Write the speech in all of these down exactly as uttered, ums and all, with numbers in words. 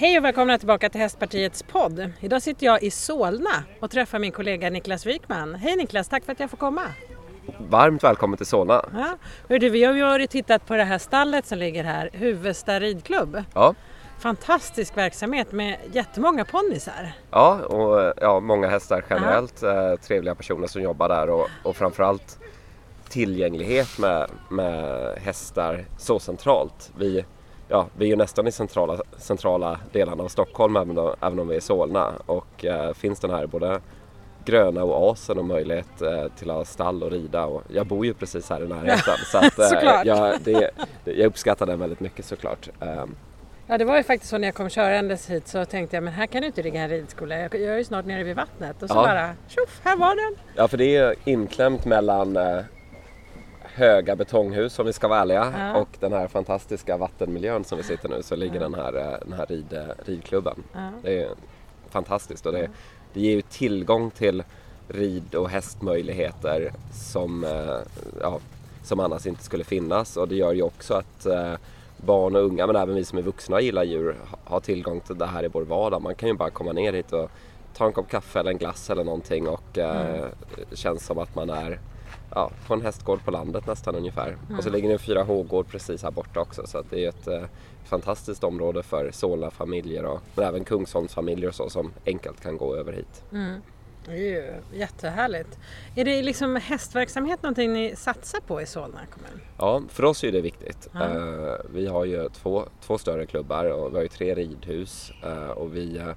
Hej och välkomna tillbaka till Hästpartiets podd. Idag sitter jag i Solna och träffar min kollega Niklas Wikman. Hej Niklas, tack för att jag får komma. Varmt välkommen till Solna. Ja. Hör du, vi har ju varit tittat på det här stallet som ligger här, Huvudsta ridklubb. Ja. Fantastisk verksamhet med jättemånga ponnisar. Ja, och ja, många hästar generellt. Eh, trevliga personer som jobbar där och, och framförallt tillgänglighet med, med hästar så centralt. Vi, ja, vi är ju nästan i centrala, centrala delarna av Stockholm även om, även om vi är i Solna. Och eh, finns den här både gröna oasen och möjlighet eh, till att ha stall och rida. Och jag bor ju precis här i närheten. Så att, eh, jag, det, jag uppskattar den väldigt mycket såklart. Eh, Ja, det var ju faktiskt så när jag kom körandes hit så tänkte jag, men här kan du inte ligga en ridskola. Jag är ju snart nere vid vattnet. Och så ja. bara, tjoff, här var den. Ja, för det är inklämt mellan eh, höga betonghus som vi ska vara ärliga Ja. och den här fantastiska vattenmiljön som vi sitter nu, så ligger ja. den här, eh, den här rid, ridklubben. Ja. Det är fantastiskt och det, det ger ju tillgång till rid- och hästmöjligheter som, eh, ja, som annars inte skulle finnas, och det gör ju också att eh, barn och unga, men även vi som är vuxna och gillar djur, har tillgång till det här i vår vardag. Man kan ju bara komma ner hit och ta en kopp kaffe eller en glass eller någonting och mm. eh, känns som att man är ja, på en hästgård på landet nästan ungefär. Mm. Och så ligger det en fyra H-gård precis här borta också, så att det är ett eh, fantastiskt område för Solna-familjer och men även Kungsholmsfamiljer och så som enkelt kan gå över hit. Mm. Det är ju jättehärligt. Är det liksom hästverksamhet någonting ni satsar på i Solna kommun? Ja, för oss är det viktigt. Ja. Uh, vi har ju två, två större klubbar och vi har ju tre ridhus uh, och vi uh,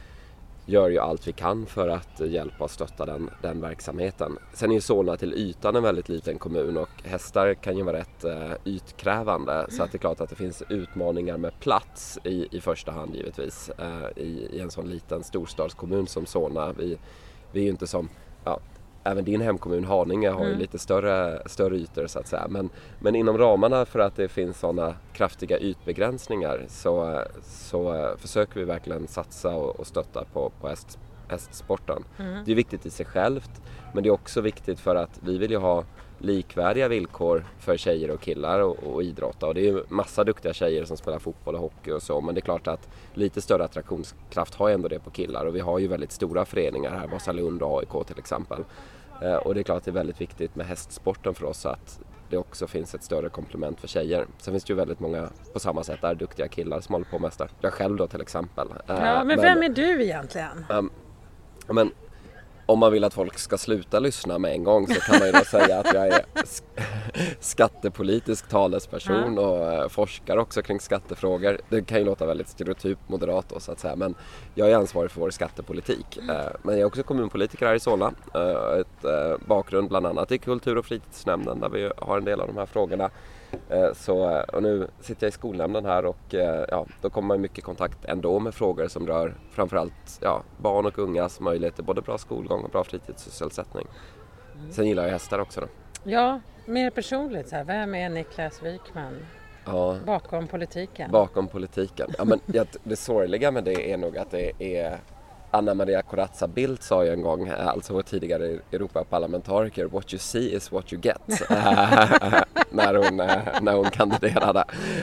gör ju allt vi kan för att hjälpa och stötta den, den verksamheten. Sen är ju Solna till ytan en väldigt liten kommun och hästar kan ju vara rätt uh, ytkrävande, mm. så att det är klart att det finns utmaningar med plats i, i första hand givetvis uh, i, i en sån liten storstadskommun som Solna. Vi, vi är ju inte som, ja, även din hemkommun Haninge har ju mm. lite större, större ytor så att säga. Men, men inom ramarna för att det finns sådana kraftiga ytbegränsningar så, så försöker vi verkligen satsa och, och stötta på, på häst, hästsporten. Mm. Det är viktigt i sig självt, men det är också viktigt för att vi vill ju ha likvärdiga villkor för tjejer och killar och, och idrotta. Och det är ju massa duktiga tjejer som spelar fotboll och hockey och så, men det är klart att lite större attraktionskraft har ändå det på killar. Och vi har ju väldigt stora föreningar här, Vasalund och A I K till exempel. Eh, och det är klart att det är väldigt viktigt med hästsporten för oss att det också finns ett större komplement för tjejer. Sen finns det ju väldigt många på samma sätt där duktiga killar som håller på med hästar. Jag själv då till exempel. Eh, ja, men, men vem är du egentligen? Um, men om man vill att folk ska sluta lyssna med en gång så kan man ju då säga att jag är skattepolitisk talesperson ja. och forskar också kring skattefrågor. Det kan ju låta väldigt stereotyp moderat då, så att säga, men jag är ansvarig för vår skattepolitik. Mm. Men jag är också kommunpolitiker här i Solna. Ett bakgrund bland annat i kultur- och fritidsnämnden där vi har en del av de här frågorna. Så, och nu sitter jag i skolnämnden här och ja, då kommer man i mycket kontakt ändå med frågor som rör framförallt ja, barn och ungas möjligheter, både bra skolgång och bra fritidssysselsättning. Mm. Sen gillar jag hästar också då. Ja, mer personligt så här, vem är Niklas Wikman? Ja, bakom politiken? Bakom politiken. Ja, men det sorgliga med det är nog att det är Anna Maria Corazza Bildt sa ju en gång, alltså vår tidigare Europaparlamentariker, what you see is what you get, när, hon, när hon kandiderade.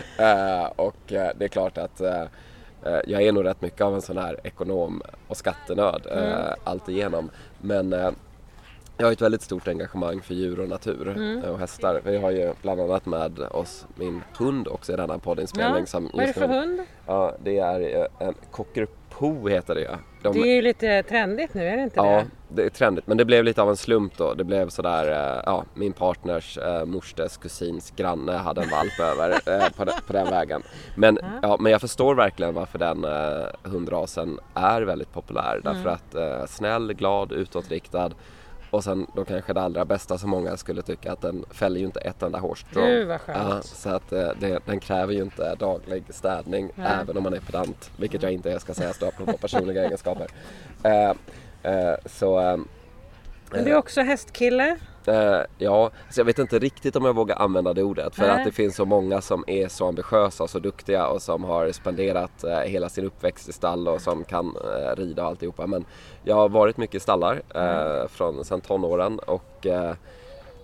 Och det är klart att jag är nog rätt mycket av en sån här ekonom och skattenörd mm. allt igenom. Men jag har ett väldigt stort engagemang för djur och natur mm. och hästar. Vi har ju bland annat med oss min hund också i denna poddinspelning. Ja, som vad är det för nu, hund? Ja, det är en Cockapoo heter det ju. De, det är ju lite trendigt nu, är det inte ja, det? Ja, det är trendigt. Men det blev lite av en slump då. Det blev sådär, ja, min partners äh, morstes kusins granne hade en valp över äh, på, de, på den vägen. Men, mm. ja, men jag förstår verkligen varför den äh, hundrasen är väldigt populär. Därför mm. att äh, snäll, glad, utåtriktad. Och sen då kanske det allra bästa som många skulle tycka att den fäller ju inte ett enda hårstrå. Gud vad skönt. Ja, så att det, den kräver ju inte daglig städning ja. även om man är pedant. Vilket jag inte ska säga står på personliga egenskaper. Uh, uh, så, uh, Men du är också hästkille? Uh, ja, så jag vet inte riktigt om jag vågar använda det ordet. För Nej. att det finns så många som är så ambitiösa och så duktiga och som har spenderat uh, hela sin uppväxt i stall och som kan uh, rida och alltihopa. Men jag har varit mycket i stallar uh, mm. från sedan tonåren och uh,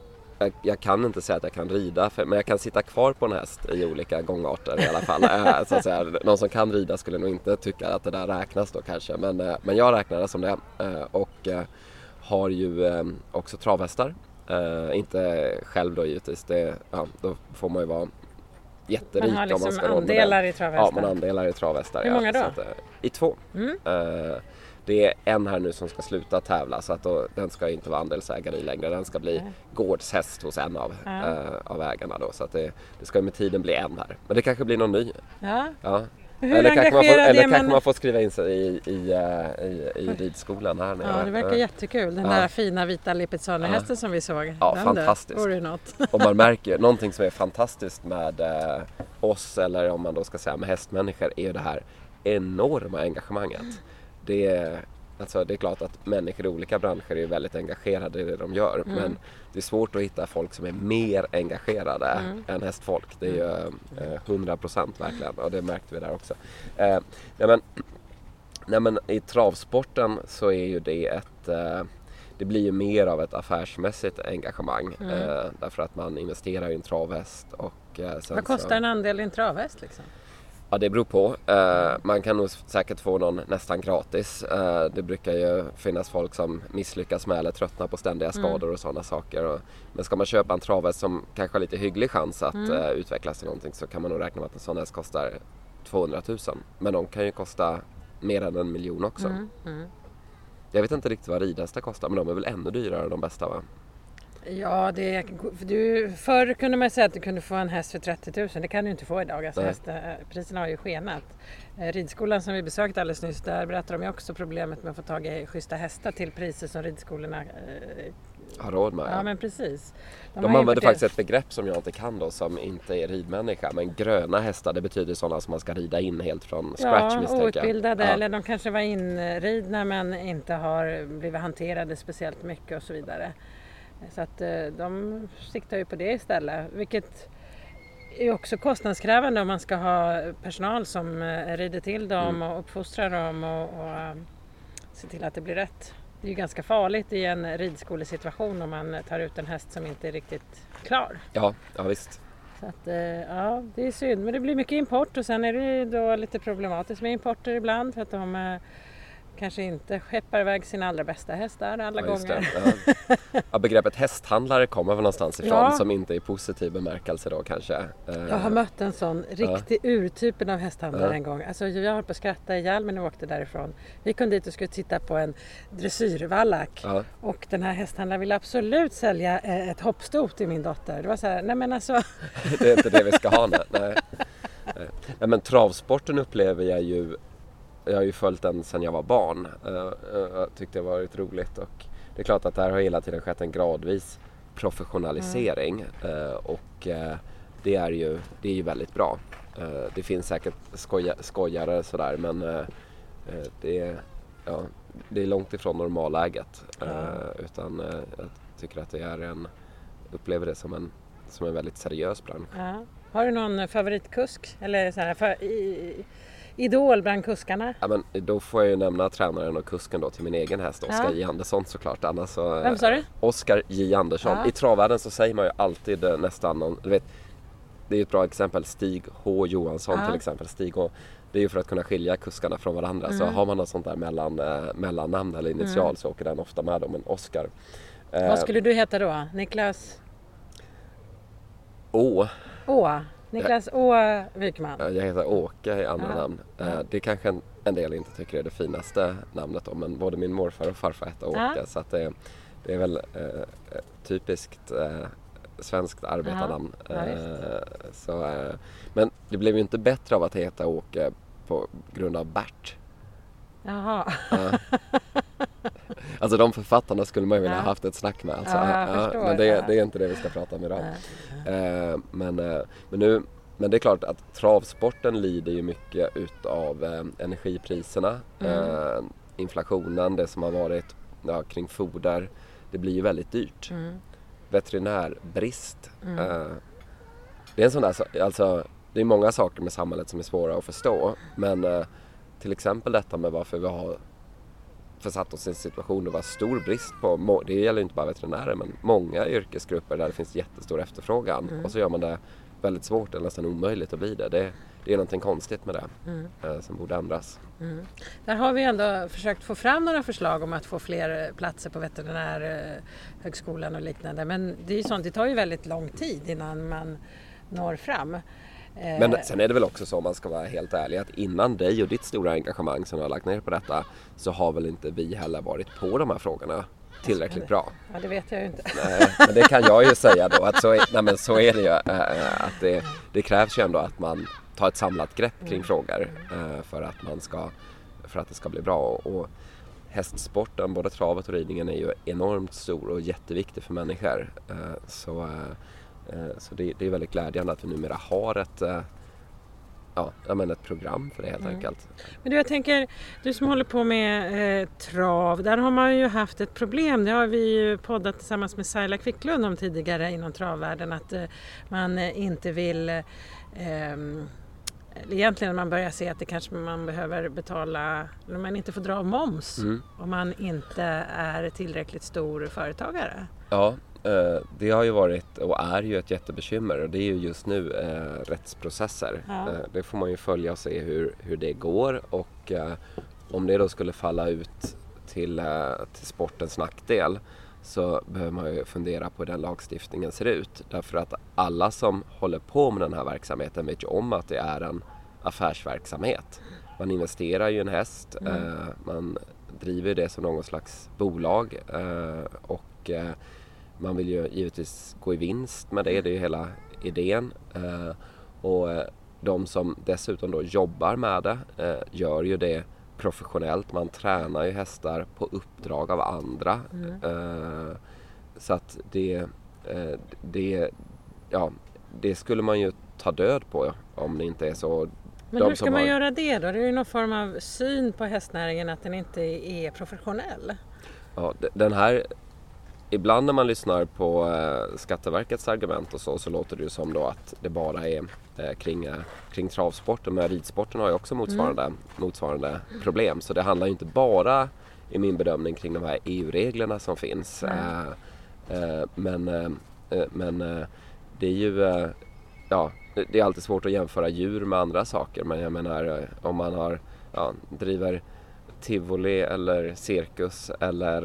jag, jag kan inte säga att jag kan rida, för, men jag kan sitta kvar på en häst i olika gångarter i alla fall. äh, så att säga, någon som kan rida skulle nog inte tycka att det där räknas då kanske, men, äh, men jag räknar det som det. Äh, och äh, har ju äh, också travhästar. Äh, inte själv då givetvis, det, ja, då får man ju vara jätterik man har liksom om man ska andelar i travhästar. Ja, man andelar i travhästar. Hur många då? Så att, äh, I två. Mm. Äh, Det är en här nu som ska sluta tävla, så att då, den ska inte vara andelsägare i längre. Den ska bli mm. gårdshäst hos en av, ja. äh, av ägarna då. Så att det, det ska med tiden bli en här. Men det kanske blir någon ny. Ja. Ja. Hur eller kanske man får, eller kanske man... man får skriva in sig i, i, i, i ridskolan här nere. Ja, det verkar jättekul. Den ja. där fina vita Lipizzaner-hästen ja. som vi såg. Ja, den fantastiskt. Där, något. Och man märker någonting som är fantastiskt med äh, oss, eller om man då ska säga med hästmänniskor, är ju det här enorma engagemanget. Mm. Det är Alltså det är klart att människor i olika branscher är väldigt engagerade i det de gör. Mm. Men det är svårt att hitta folk som är mer engagerade mm. än hästfolk. Det är ju eh, hundra procent verkligen. Och det märkte vi där också. Eh, nej men, nej men i travsporten så är ju det ett... Eh, det blir ju mer av ett affärsmässigt engagemang. Mm. Eh, därför att man investerar i en travhäst. Och, eh, sen vad kostar så, en andel i en travhäst liksom? Ja, det beror på. Uh, man kan nog säkert få någon nästan gratis. Uh, det brukar ju finnas folk som misslyckas med eller tröttnar på ständiga skador mm. och sådana saker. Och, men ska man köpa en travhäst som kanske har lite hygglig chans att mm. uh, utvecklas till någonting, så kan man nog räkna med att en sån häst kostar tvåhundratusen. Men de kan ju kosta mer än en miljon också. Mm. Mm. Jag vet inte riktigt vad ridhästar kostar, men de är väl ännu dyrare än de bästa, va? Ja, det, du, förr kunde man säga att du kunde få en häst för trettio tusen. Det kan du inte få idag. Alltså häst, priserna har ju skenat. Ridskolan som vi besökte alldeles nyss, där berättar de ju också problemet med att få tag i schyssta hästar till priser som ridskolorna eh, har råd med. Ja, ja men precis. De, de använder faktiskt ett begrepp som jag inte kan då, som inte är ridmänniska. Men gröna hästar, det betyder sådana som man ska rida in helt från scratch, ja, misstänker. outbildade, ja. eller de kanske var inridna men inte har blivit hanterade speciellt mycket och så vidare. Så att de siktar ju på det istället, vilket är också kostnadskrävande om man ska ha personal som rider till dem mm. och uppfostrar dem och, och se till att det blir rätt. Det är ju ganska farligt i en ridskolesituation om man tar ut en häst som inte är riktigt klar. Ja, ja visst. Så att, ja, det är synd, men det blir mycket import, och sen är det då lite problematiskt med importer ibland för att de kanske inte skeppar iväg sina allra bästa hästar alla ja, gånger. Ja. Ja, begreppet hästhandlare kommer väl någonstans ifrån, ja. Som inte är positiv bemärkelse då kanske. Jag har mött en sån riktig ja. urtypen av hästhandlare ja. en gång. Alltså jag höll på att skratta ihjäl när jag åkte därifrån. Vi kom dit och skulle titta på en dressyrvallack ja. och den här hästhandlaren ville absolut sälja ett hoppsto till min dotter. Det var så här, nej men alltså. Det är inte det vi ska ha, nej. nej. nej men travsporten upplever jag ju. Jag har ju följt den sedan jag var barn. Jag tyckte det var varit roligt, och det är klart att där har hela tiden skett en gradvis professionalisering mm. och det är ju det är ju väldigt bra. Det finns säkert skoja, skojare sådär, men det är, ja, det är långt ifrån normalläget mm. utan jag tycker att det är en, upplever det som en, som en väldigt seriös bransch. Ja. Har du någon favoritkusk eller så här, för, i, idol bland kuskarna? Ja, men då får jag ju nämna tränaren och kusken då till min egen häst, Oskar ja. J. Andersson såklart. Annars så, vem sa du? Oskar J. Andersson. Ja. I travvärlden så säger man ju alltid nästan någon, du vet, det är ju ett bra exempel, Stig H. Johansson ja. till exempel. Stig H. Det är ju för att kunna skilja kuskarna från varandra. Mm. Så har man något sånt där mellan, äh, mellannamn eller initial mm. så åker den ofta med dem, en Oskar. Vad eh, skulle du heta då? Niklas? Å. Å. Niklas Å. Wikman. Jag heter Åke i andra ja. namn. Ja. Det är kanske en, en del inte tycker är det finaste namnet då, men både min morfar och farfar heter Åke. Ja. Så att det, det är väl eh, typiskt eh, svenskt arbetarnamn. Ja. Ja, eh, så, eh, men det blev ju inte bättre av att heta Åke på grund av Bert. Jaha. Ja. Alltså de författarna skulle man ju vilja ha haft ett snack med. Alltså. Ja, jag ja, men det, det är inte det vi ska prata om idag. Eh, men, eh, men, nu, men det är klart att travsporten lider ju mycket utav eh, energipriserna. Mm. Eh, inflationen, det som har varit ja, kring foder. Det blir ju väldigt dyrt. Mm. Veterinärbrist. Mm. Eh, det är en sån där, alltså, det är många saker med samhället som är svåra att förstå. Men eh, till exempel detta med varför vi har försatt oss i en situation där det var stor brist på, det gäller inte bara veterinärer men många yrkesgrupper där det finns jättestor efterfrågan mm. och så gör man det väldigt svårt eller nästan omöjligt att bli det. Det, det är någonting konstigt med det mm. eh, som borde ändras. Mm. Där har vi ändå försökt få fram några förslag om att få fler platser på veterinärhögskolan och liknande, men det är ju sånt, det tar ju väldigt lång tid innan man når fram. Men sen är det väl också så, om man ska vara helt ärlig, att innan dig och ditt stora engagemang som du har lagt ner på detta så har väl inte vi heller varit på de här frågorna tillräckligt bra. Ja, det vet jag ju inte. Nej, men det kan jag ju säga då, att så är, nej, men så är det ju. Att det, det krävs ju ändå att man tar ett samlat grepp kring mm. frågor för att, man ska, för att det ska bli bra. Och hästsporten, både travet och ridningen, är ju enormt stor och jätteviktig för människor. Så... Så det, det är väldigt glädjande att vi numera har ett, ja, jag menar ett program för det helt mm. enkelt. Men du, jag tänker, du som håller på med eh, trav, där har man ju haft ett problem. Det har vi ju poddat tillsammans med Saila Quicklund om tidigare inom travvärlden, att eh, man inte vill... Eh, Egentligen man börjar se att det kanske man behöver betala, eller man inte får dra av moms mm. om man inte är tillräckligt stor företagare. Ja, det har ju varit och är ju ett jättebekymmer, och det är ju just nu eh, rättsprocesser. Ja. Eh, det får man ju följa och se hur, hur det går, och eh, om det då skulle falla ut till, eh, till sportens nackdel, så behöver man ju fundera på hur den lagstiftningen ser ut. Därför att alla som håller på med den här verksamheten vet ju om att det är en affärsverksamhet. Man investerar ju i en häst, mm. eh, man driver det som någon slags bolag eh, och eh, man vill ju givetvis gå i vinst med det, det är ju hela idén. Eh, och de som dessutom då jobbar med det eh, gör ju det professionellt. Man tränar ju hästar på uppdrag av andra. Mm. Eh, så att det, eh, det, ja, det skulle man ju ta död på om det inte är så. Men de hur ska man har... göra det då? Det är ju någon form av syn på hästnäringen att den inte är professionell. Ja, den här... Ibland när man lyssnar på eh, Skatteverkets argument och så, så låter det ju som då att det bara är eh, kring, eh, kring travsporten. Men ridsporten har ju också motsvarande, mm. motsvarande problem. Så det handlar ju inte bara, i min bedömning, kring de här E U-reglerna som finns. Mm. Eh, eh, men eh, men eh, det är ju... Eh, ja, det är alltid svårt att jämföra djur med andra saker. Men jag menar, om man har, ja, driver... tivoli eller cirkus eller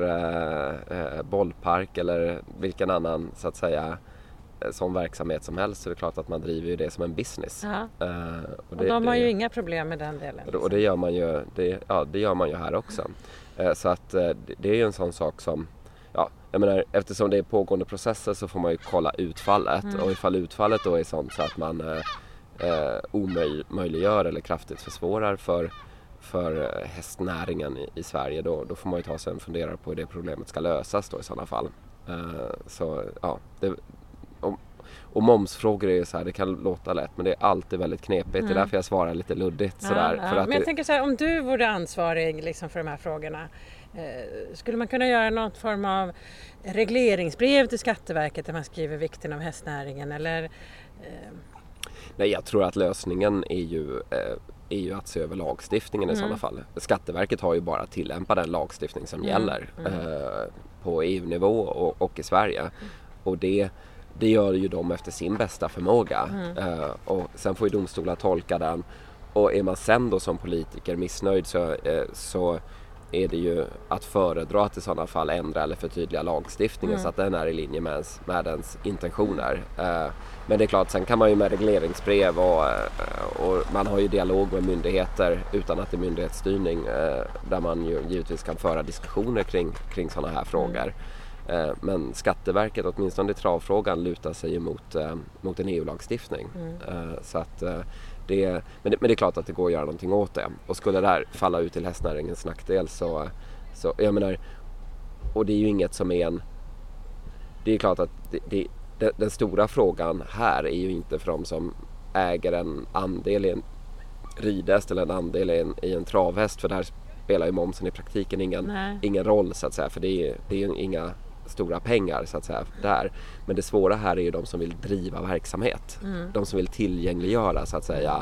eh, bollpark eller vilken annan, så att säga, sån verksamhet som helst, så är det klart att man driver ju det som en business. Uh, och, det, och de har det, ju inga problem med den delen. Och det gör man ju, det, ja, det gör man ju här också. Uh, så att uh, det är ju en sån sak som, ja, jag menar, eftersom det är pågående processer så får man ju kolla utfallet. Mm. Och ifall utfallet då är sånt så att man uh, uh, omöjliggör eller kraftigt försvårar för för hästnäringen i, i Sverige, då, då får man ju ta sig en funderare på hur det problemet ska lösas då i sådana fall. Uh, så ja, det, och, och momsfrågor är ju så här, det kan låta lätt, men det är alltid väldigt knepigt. Mm. Det är därför jag svarar lite luddigt. Ja, sådär, ja. För att men jag det... tänker så här, om du vore ansvarig liksom för de här frågorna, eh, skulle man kunna göra något form av regleringsbrev till Skatteverket där man skriver vikten av hästnäringen, eller? Eh... Nej, jag tror att lösningen är ju eh, är ju att se över lagstiftningen mm. i sådana fall. Skatteverket har ju bara att tillämpa den lagstiftning som mm. gäller mm. Eh, på E U-nivå och, och i Sverige. Mm. Och det, det gör ju de efter sin bästa förmåga. Mm. Eh, och sen får ju domstolar tolka den. Och är man sen då som politiker missnöjd, så, eh, så är det ju att föredra att i sådana fall ändra eller förtydliga lagstiftningen mm. så att den är i linje med ens, med ens intentioner. Eh, men det är klart, sen kan man ju med regleringsbrev och, och man har ju dialog med myndigheter utan att det är myndighetsstyrning, eh, där man ju givetvis kan föra diskussioner kring, kring sådana här frågor. Mm. Eh, men Skatteverket, åtminstone i travfrågan, lutar sig ju mot, eh, mot en E U-lagstiftning. Mm. Eh, så att eh, Det, men, det, men det är klart att det går att göra någonting åt det. Och skulle det här falla ut till hästnäringens nackdel, så, så jag menar, och det är ju inget som är en, det är klart att det, det, det, den stora frågan här är ju inte för de som äger en andel i en ridhäst eller en andel i en, i en travhäst, för där spelar ju momsen i praktiken ingen, ingen roll, så att säga, för det är, det är ju inga stora pengar, så att säga, där. Men det svåra här är ju de som vill driva verksamhet. Mm. De som vill tillgängliggöra, så att säga,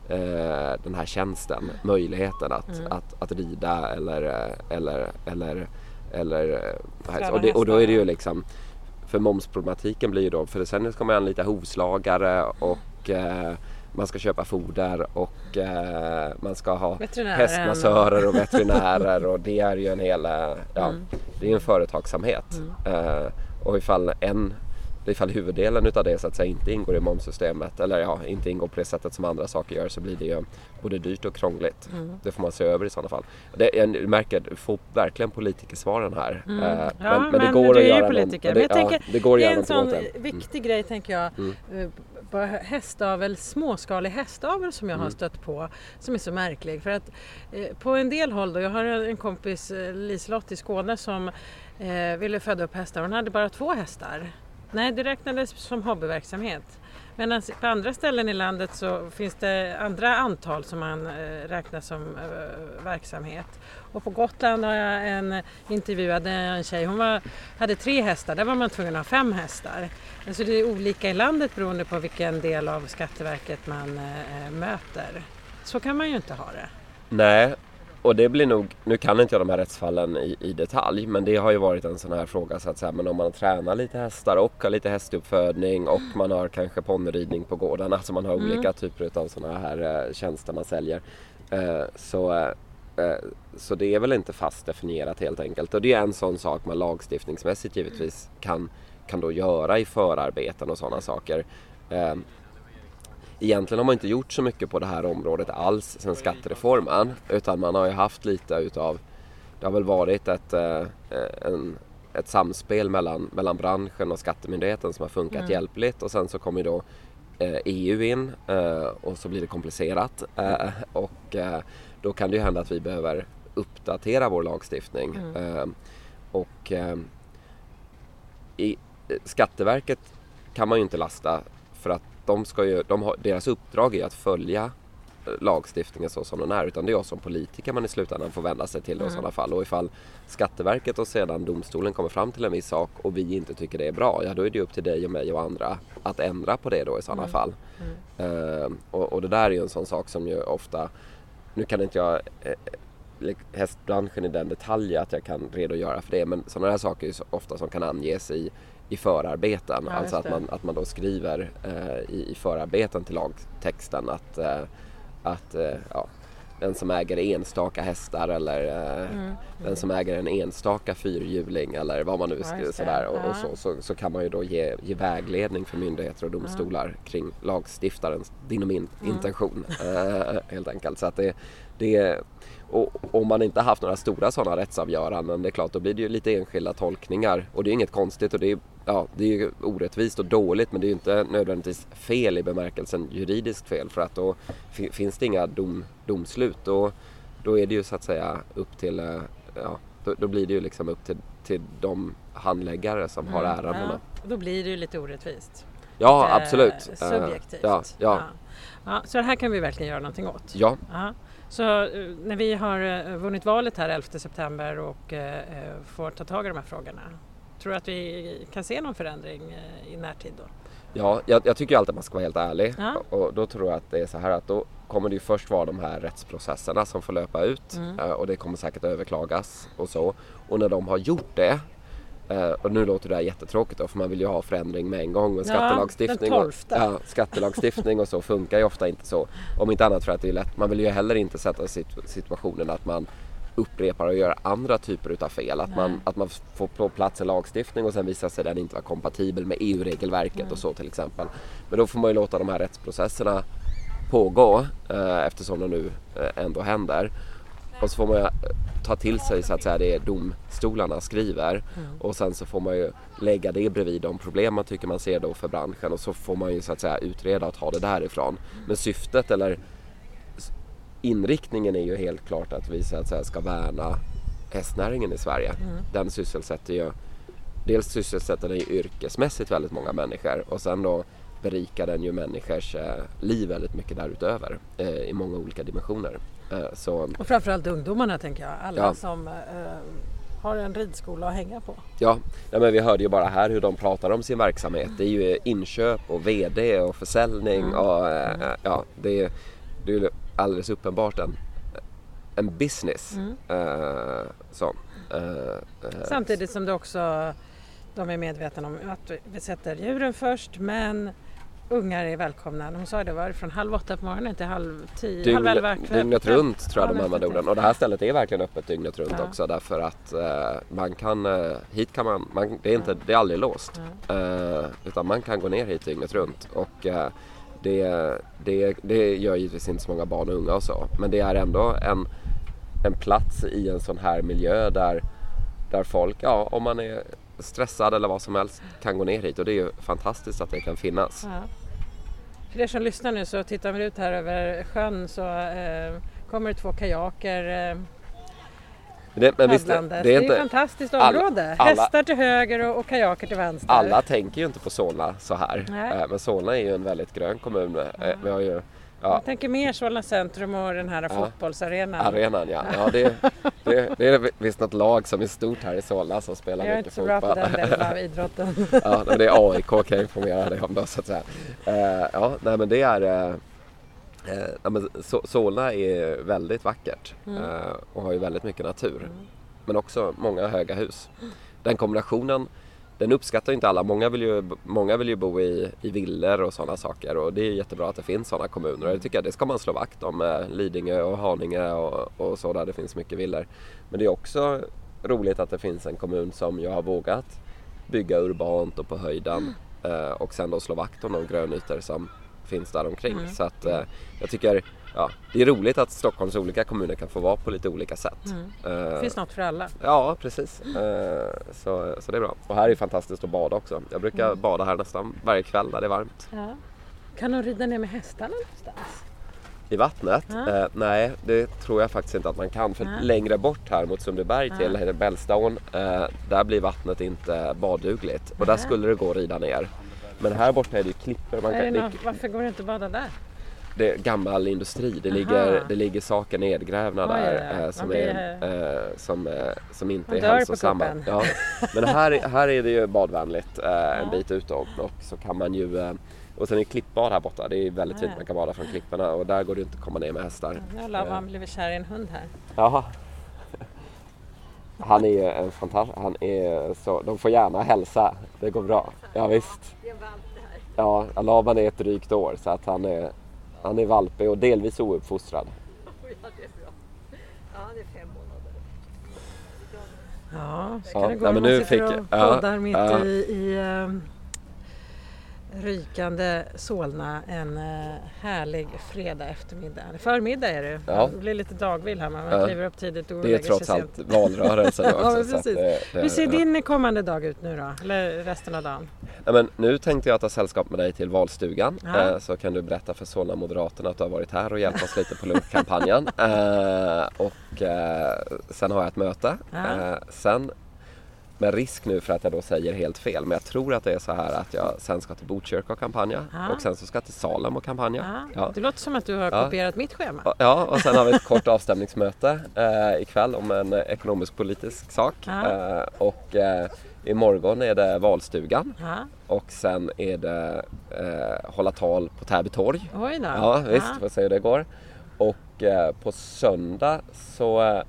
eh, den här tjänsten, möjligheten att, Mm. att, att rida eller, eller, eller, eller Träna och, det, och då är det ju hästar. liksom, för momsproblematiken blir ju då, för sen ska man anlita hovslagare och eh, man ska köpa foder och eh, man ska ha Veterinären hästmassörer och veterinärer och det är ju en hel, eh, ja, Mm. det är ju en företagsamhet. Eh, och ifall en ifall huvuddelen utav det så att säga inte ingår i momssystemet eller ja, inte ingår på det sättet som andra saker gör, så blir det ju både dyrt och krångligt. Mm. Det får man se över i sådana fall. Det, jag märker, du får verkligen politikersvaren här. Mm. Eh, Ja, men, men, men det går du att är ju göra politiker. någon, Men jag ja, tänker, det går att det är göra en sån någonting åt det. viktig grej tänker jag. Mm. eh, På hästavel, småskalig hästavel som jag har Mm. stött på, som är så märklig. För att eh, på en del håll då, jag har en kompis, eh, Liselott i Skåne, som eh, ville föda upp hästar. Hon hade bara två hästar. Nej, det räknades som hobbyverksamhet. Men på andra ställen i landet så finns det andra antal som man eh, räknar som eh, verksamhet. Och på Gotland har jag en intervjuade en tjej, hon var, hade tre hästar, där var man tvungen att ha fem hästar. Alltså det är olika i landet beroende på vilken del av Skatteverket man eh, möter. Så kan man ju inte ha det. Nej, och det blir nog, nu kan inte jag de här rättsfallen i, i detalj, men det har ju varit en sån här fråga så att säga, men om man tränar lite hästar och har lite hästuppfödning och man har kanske ponnyridning på gården, alltså man har Mm. olika typer av såna här eh, tjänster man säljer, eh, så, eh, så det är väl inte fast definierat helt enkelt, och det är en sån sak man lagstiftningsmässigt givetvis kan, kan då göra i förarbeten och sådana saker. Eh, Egentligen har man inte gjort så mycket på det här området alls sedan skattereformen, utan man har ju haft lite utav, det har väl varit ett, eh, en, ett samspel mellan, mellan branschen och skattemyndigheten som har funkat Mm. hjälpligt, och sen så kommer ju då eh, E U in eh, och så blir det komplicerat eh, och eh, då kan det ju hända att vi behöver uppdatera vår lagstiftning. Mm. Eh, och eh, i Skatteverket kan man ju inte lasta, för att de ska ju, de har, deras uppdrag är att följa lagstiftningen så som den är, utan det är jag som politiker man i slutändan får vända sig till mm. i sådana fall. Och ifall Skatteverket och sedan domstolen kommer fram till en viss sak och vi inte tycker det är bra, ja då är det upp till dig och mig och andra att ändra på det då i sådana mm. fall. Mm. Uh, och, och det där är ju en sån sak som ju ofta, nu kan inte jag eh, hästbranschen i den detalj att jag kan redogöra för det, men sådana här saker är så ofta som kan anges i i förarbeten, ja, alltså att man, att man då skriver eh, i, i förarbeten till lagtexten att, eh, att eh, ja, den som äger enstaka hästar eller eh, mm, mm. den som äger en enstaka fyrhjuling eller vad man nu skriver ja, sådär och, ja. och så, så, så kan man ju då ge, ge vägledning för myndigheter och domstolar mm. kring lagstiftarens, din och min mm. intention eh, helt enkelt. Så att det, det och om man inte haft några stora sådana rättsavgöranden, det är klart, då blir det ju lite enskilda tolkningar och det är inget konstigt och det är, ja, det är ju orättvist och dåligt, men det är ju inte nödvändigtvis fel i bemärkelsen juridiskt fel, för att då f- finns det inga dom, domslut, då, då är det ju så att säga upp till, ja, då, då blir det ju liksom upp till, till de handläggare som mm, har ärendena. Ja, då blir det ju lite orättvist. Ja, lite absolut. Subjektivt. Ja, ja. Ja. Ja, så det här kan vi verkligen göra någonting åt. Ja. Ja. Så när vi har vunnit valet här elfte september och eh, får ta tag i de här frågorna, tror du att vi kan se någon förändring eh, i närtid då? Ja, jag, jag tycker alltid att man ska vara helt ärlig. Ja. Och då tror jag att det är så här att då kommer det ju först vara de här rättsprocesserna som får löpa ut mm. och det kommer säkert överklagas och så. Och när de har gjort det, och nu låter det här jättetråkigt då, för man vill ju ha förändring med en gång, men skattelagstiftning, ja, och, ja, skattelagstiftning och så funkar ju ofta inte så. Om inte annat för att det är lätt, man vill ju heller inte sätta situationen att man upprepar och gör andra typer utav fel. Att man, att man får på plats en lagstiftning och sen visar sig den inte vara kompatibel med E U-regelverket mm. och så till exempel. Men då får man ju låta de här rättsprocesserna pågå eh, eftersom det nu eh, ändå händer. Och så får man ju ta till sig så att säga det domstolarna skriver mm. och sen så får man ju lägga det bredvid de problem man tycker man ser då för branschen, och så får man ju så att säga utreda och ta det därifrån. Men syftet eller inriktningen är ju helt klart att vi så att säga ska värna hästnäringen i Sverige. Mm. Den sysselsätter ju, dels sysselsätter den ju yrkesmässigt väldigt många människor, och sen då berikar den ju människors eh, liv väldigt mycket därutöver eh, i många olika dimensioner. Eh, så, och framförallt ungdomarna tänker jag, alla ja. som eh, har en ridskola att hänga på. Ja, ja, men vi hörde ju bara här hur de pratar om sin verksamhet. Det är ju inköp och vd och försäljning mm. och eh, ja, det är det är ju alldeles uppenbart en, en business. Mm. Uh, så. Uh, uh, Samtidigt som det också, de är medvetna om att vi sätter djuren först, men ungar är välkomna. De sa det var från halv åtta på morgonen till halv tio, Dygn, halv elva kväll. Dygnet runt tror jag Ja, de använder orden. Och det här stället är verkligen öppet dygnet runt ja. också, därför att uh, man kan, uh, hit kan man, man det är inte, det är aldrig låst. Ja. Uh, utan man kan gå ner hit dygnet runt. Och uh, det, det, det gör givetvis inte så många barn och unga och så. Men det är ändå en, en plats i en sån här miljö där, där folk, ja, om man är stressad eller vad som helst, kan gå ner hit. Och det är ju fantastiskt att det kan finnas. Ja. För er som lyssnar nu, så tittar vi ut här över sjön, så eh, kommer det två kajaker eh, det, men visst, det, det, det är är inte ett fantastiskt område. alla, Hästar till höger och, och kajaker till vänster. Alla tänker ju inte på Solna så här. Nej. Eh, men Solna är ju en väldigt grön kommun. Eh, vi har ju, ja, Jag tänker mer Solna centrum och den här Ja. fotbollsarenan. arenan, ja. ja det, det, det är visst något lag som är stort här i Solna som spelar Jag är mycket inte så bra på fotboll. den delen av idrotten. Ja, men det är A I K, kan jag informera dig om då, så att säga. Eh, ja, nej, men det är eh, eh, ja, men so- Solna är väldigt vackert Mm. eh, och har ju väldigt mycket natur. Mm. Men också många höga hus. Den kombinationen, den uppskattar inte alla. Många vill ju, många vill ju bo i, i villor och sådana saker. Och det är jättebra att det finns sådana kommuner. Och jag tycker att det ska man slå vakt om. Med Lidingö och Haninge och, och så, där det finns mycket villor. Men det är också roligt att det finns en kommun som jag har vågat bygga urbant och på höjden. Eh, och sen då slå vakt om de grönytor som finns där omkring. Mm. Så att eh, jag tycker, ja, det är roligt att Stockholms olika kommuner kan få vara på lite olika sätt. Mm. Eh, Det finns något för alla. Ja, precis. Eh, så, så det är bra. Och här är fantastiskt att bada också. Jag brukar Mm. bada här nästan varje kväll när det är varmt. Ja. Kan de rida ner med hästarna någonstans? I vattnet? Ja. Eh, nej, det tror jag faktiskt inte att man kan. För Nej. längre bort här mot Sundbyberg Ja. till Bällstaån, eh, där blir vattnet inte baddugligt. Och där Nej. skulle det gå att rida ner. Men här borta är det ju klippor. Man Är kan, det det, något, varför går det inte att bada där? det är gammal industri. Det Aha. ligger, det ligger saker nedgrävna Oj, där ja, ja. eh, som, Man är, blir- eh, som, eh, som inte Man är dör på hälsosamma. kuppen. Ja. Men här, här är det ju badvänligt eh, en Ja. bit utåt, och så kan man ju eh, och sen är klippbad här borta. Det är väldigt fint, Ja. man kan bada från klipporna, och där går det inte att komma ner med hästar. Nu har Lavan blivit kär i en hund här. Jaha. Han är en fantastisk, han är så, de får gärna hälsa. Det går bra. Ja, visst. Ja, Laban är ett drygt år, så att han är han är valpig och delvis ouppfostrad. Ja, det är bra. Ja, det är fem månader. Ja, så kan Ja, det gå nej, när men man nu sitter fick- och ja, poddar mitt ja. i, i um, rykande Solna en uh, härlig fredag eftermiddag. Eller förmiddag är det. Ja. Det blir lite dagvill här, man Ja. kliver upp tidigt och Det är lägger sig trots allt sent. valrörelse då Ja, också. men så att precis. det, det, Hur ser ja. din kommande dag ut nu då? Eller resten av dagen? Ja, men nu tänkte jag ta sällskap med dig till valstugan. Ja. Eh, så kan du berätta för Solna Moderaterna att du har varit här och hjälpt oss lite på lunchkampanjen. eh, och eh, sen har jag ett möte. Ja. Eh, sen, med risk nu för att jag då säger helt fel, men jag tror att det är så här att jag sen ska till Botkyrka och kampanja. Ja. Och sen så ska jag till Salem och kampanja. Ja. Ja. Det låter som att du har Ja. kopierat mitt schema. Och- Ja, och sen har vi ett kort avstämningsmöte eh, ikväll om en ekonomisk-politisk sak. Ja. Eh, och eh, imorgon är det valstugan. Ja. Och sen är det eh, hålla tal på Täby torg. Oj då. Ja, visst, Ja. får se hur det går. Och eh, på söndag så... Eh,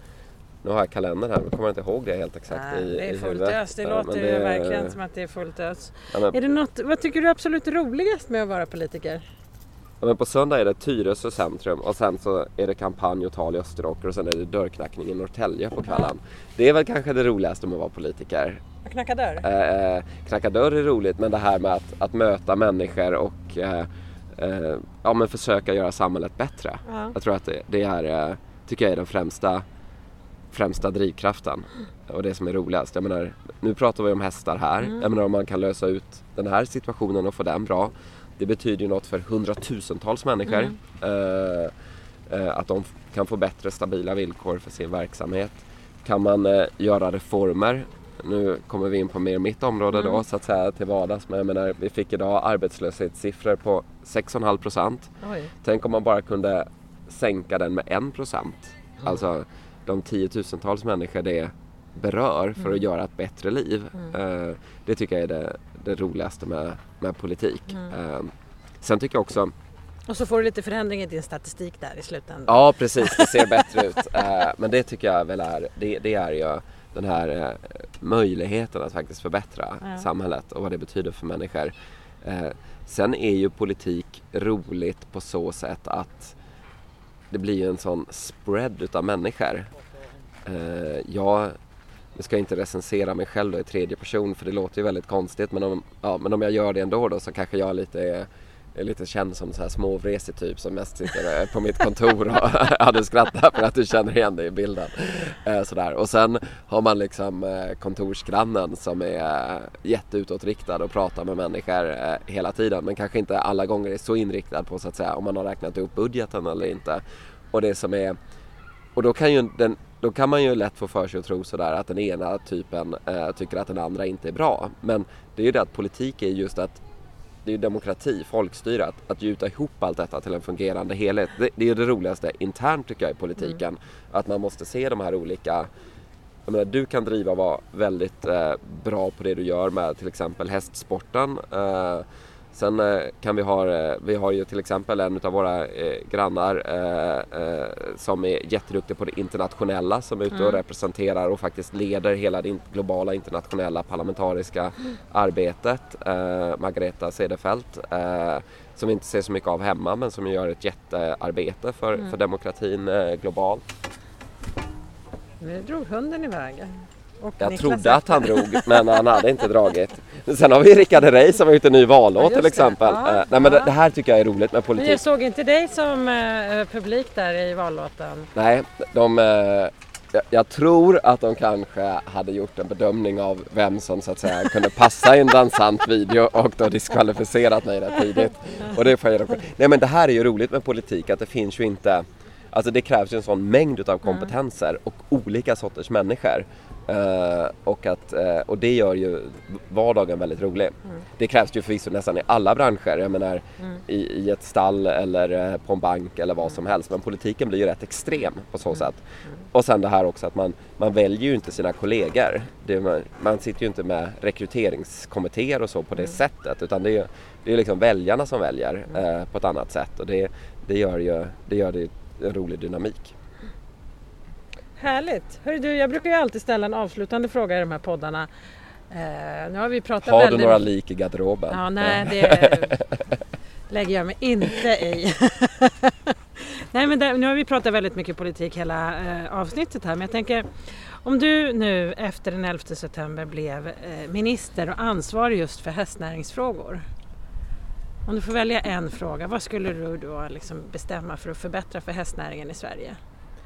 nu har jag kalendern här, men kommer jag inte ihåg det helt exakt Nej, i, det är i fullt huvudet. ös. Det Eh, låter men ju det- verkligen som att det är fullt ös. Ja, men, Är det något, vad tycker du är absolut roligast med att vara politiker? ja, men på söndag är det Tyresö centrum, och sen så är det kampanj och tal i Österåker, och sen är det dörrknackning i Norrtälje på kvällen. Det är väl kanske det roligaste med att vara politiker. Att knacka dörr? Eh, knacka dörr är roligt, men det här med att, att möta människor och eh, eh, ja, men försöka göra samhället bättre. Ja. Jag tror att det, det är, eh, tycker jag är den främsta, främsta drivkraften och det som är roligast. Jag menar, nu pratar vi om hästar här. Mm. Jag menar, om man kan lösa ut den här situationen och få den bra, det betyder ju något för hundratusentals människor. Mm. Eh, eh, att de f- kan få bättre, stabila villkor för sin verksamhet. Kan man eh, göra reformer, nu kommer vi in på mer mitt område då, Mm. så att säga, till vardags. Men jag menar, vi fick idag arbetslöshetssiffror på sex komma fem procent. Oj. Tänk om man bara kunde sänka den med en procent. Alltså de tiotusentals människor det berör för att göra ett bättre liv. Mm. Eh, det tycker jag är det, det roligaste med, med politik. Mm. Eh, sen tycker jag också Och så får du lite förändring i din statistik där i slutändan. Ja, precis. Det ser bättre ut. Eh, men det tycker jag väl är, det, det är ju den här eh, möjligheten att faktiskt förbättra ja. samhället och vad det betyder för människor. Eh, sen är ju politik roligt på så sätt att det blir ju en sån spread utav människor. Eh, jag Nu ska jag inte recensera mig själv då i tredje person, för det låter ju väldigt konstigt, men om, ja, men om jag gör det ändå då, så kanske jag lite är, är lite känd som så här småvresig typ som mest sitter på mitt kontor och ja, du skrattar för att du känner igen dig i bilden. Eh, sådär. Och sen har man liksom eh, kontorsgrannen som är eh, jätteutåtriktad och pratar med människor eh, hela tiden, men kanske inte alla gånger är så inriktad på så att säga om man har räknat upp budgeten eller inte. Och det som är och då kan ju den Då kan man ju lätt få för sig att tro sådär att den ena typen eh, tycker att den andra inte är bra. Men det är ju det att politik är just att det är ju demokrati, folkstyre, att, att gjuta ihop allt detta till en fungerande helhet. Det, det är ju det roligaste internt tycker jag i politiken. Mm. Att man måste se de här olika. Jag menar, du kan driva och vara väldigt eh, bra på det du gör med till exempel hästsporten. Eh, Sen eh, kan vi ha, eh, vi har ju till exempel en av våra eh, grannar eh, eh, som är jätteduktig på det internationella, som är ute och mm. representerar och faktiskt leder hela det globala internationella parlamentariska mm. arbetet. Eh, Margareta Cederfelt, eh, som vi inte ser så mycket av hemma, men som gör ett jättearbete för, mm. för demokratin eh, globalt. Nu drog hunden i vägen. Och jag Niklas trodde att han drog, men han hade inte dragit. Sen har vi Rickard Herrey som har gjort en ny vallåt ja, till exempel. Ja, Nej, men det, det här tycker jag är roligt med politik. Men jag såg inte dig som uh, publik där i vallåten. Nej, de, uh, jag, jag tror att de kanske hade gjort en bedömning av vem som så att säga kunde passa i en dansant video och då diskvalificerat mig rätt tidigt. Och det får jag Nej, men det här är ju roligt med politik, att det finns ju inte. Alltså det krävs ju en sån mängd av kompetenser mm. och olika sorters människor. Uh, och, att, uh, och det gör ju vardagen väldigt rolig. Mm. Det krävs ju förvisso nästan i alla branscher. Jag menar mm. i, i ett stall eller uh, på en bank eller vad som helst. Men politiken blir ju rätt extrem på så mm. sätt. Mm. Och sen det här också att man, man väljer ju inte sina kollegor. Det, man, man sitter ju inte med rekryteringskommittéer och så på det mm. sättet. Utan det är ju det är liksom väljarna som väljer mm. uh, på ett annat sätt. Och det, det gör ju det gör det en rolig dynamik. Härligt. Hörru du, jag brukar ju alltid ställa en avslutande fråga i de här poddarna. Eh, nu har vi pratat har väldigt... du några lik i garderoben? Ja, nej, det lägger jag mig inte i. Nej, men där, nu har vi pratat väldigt mycket politik hela eh, avsnittet här. Men jag tänker, om du nu efter den elfte september blev eh, minister och ansvarig just för hästnäringsfrågor. Om du får välja en fråga, vad skulle du då liksom bestämma för att förbättra för hästnäringen i Sverige?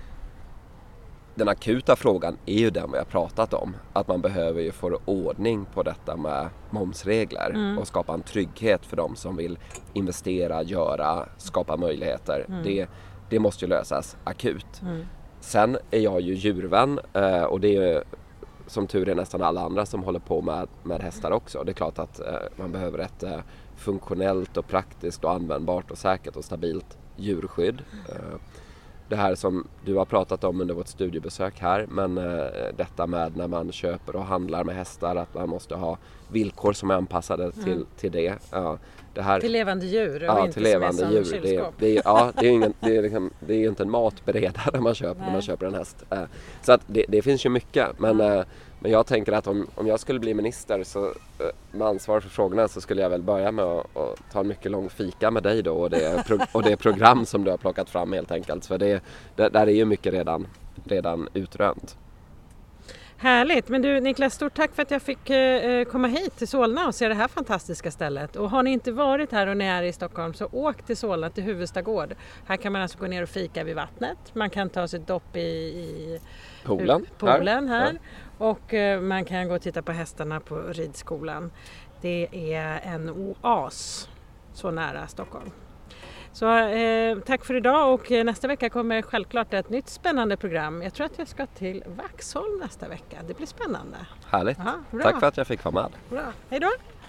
Den akuta frågan är ju den vi har pratat om. Att man behöver ju få ordning på detta med momsregler mm. och skapa en trygghet för de som vill investera, göra, skapa möjligheter. Mm. Det, det måste ju lösas akut. Mm. Sen är jag ju djurvän och det är som tur är nästan alla andra som håller på med, med hästar också. Det är klart att man behöver ett funktionellt och praktiskt och användbart och säkert och stabilt djurskydd. Det här som du har pratat om under vårt studiebesök här, men eh, detta med när man köper och handlar med hästar, att man måste ha villkor som är anpassade till, mm. till det. Ja, det här, till levande djur och ja, inte till levande som djur. Det, det, är, ja, det är ju ingen, det är liksom, det är ju inte en matberedare man köper när man köper en häst. Eh, så att det, det finns ju mycket, men, mm. eh, men jag tänker att om, om jag skulle bli minister så, eh, med ansvar för frågorna, så skulle jag väl börja med att, att ta en mycket lång fika med dig då och det, pro, och det program som du har plockat fram helt enkelt. För det, det, där är ju mycket redan, redan utrönt. Härligt, men du Niklas, stort tack för att jag fick eh, komma hit till Solna och se det här fantastiska stället. Och har ni inte varit här och ni är i Stockholm, så åk till Solna, till Huvudstagård. Här kan man alltså gå ner och fika vid vattnet. Man kan ta sitt dopp i, i poolen, poolen här. här. Ja. Och eh, man kan gå och titta på hästarna på ridskolan. Det är en oas så nära Stockholm. Så eh, tack för idag, och nästa vecka kommer självklart ett nytt spännande program. Jag tror att jag ska till Vaxholm nästa vecka. Det blir spännande. Härligt. Aha, tack för att jag fick vara med. Bra. Hej då!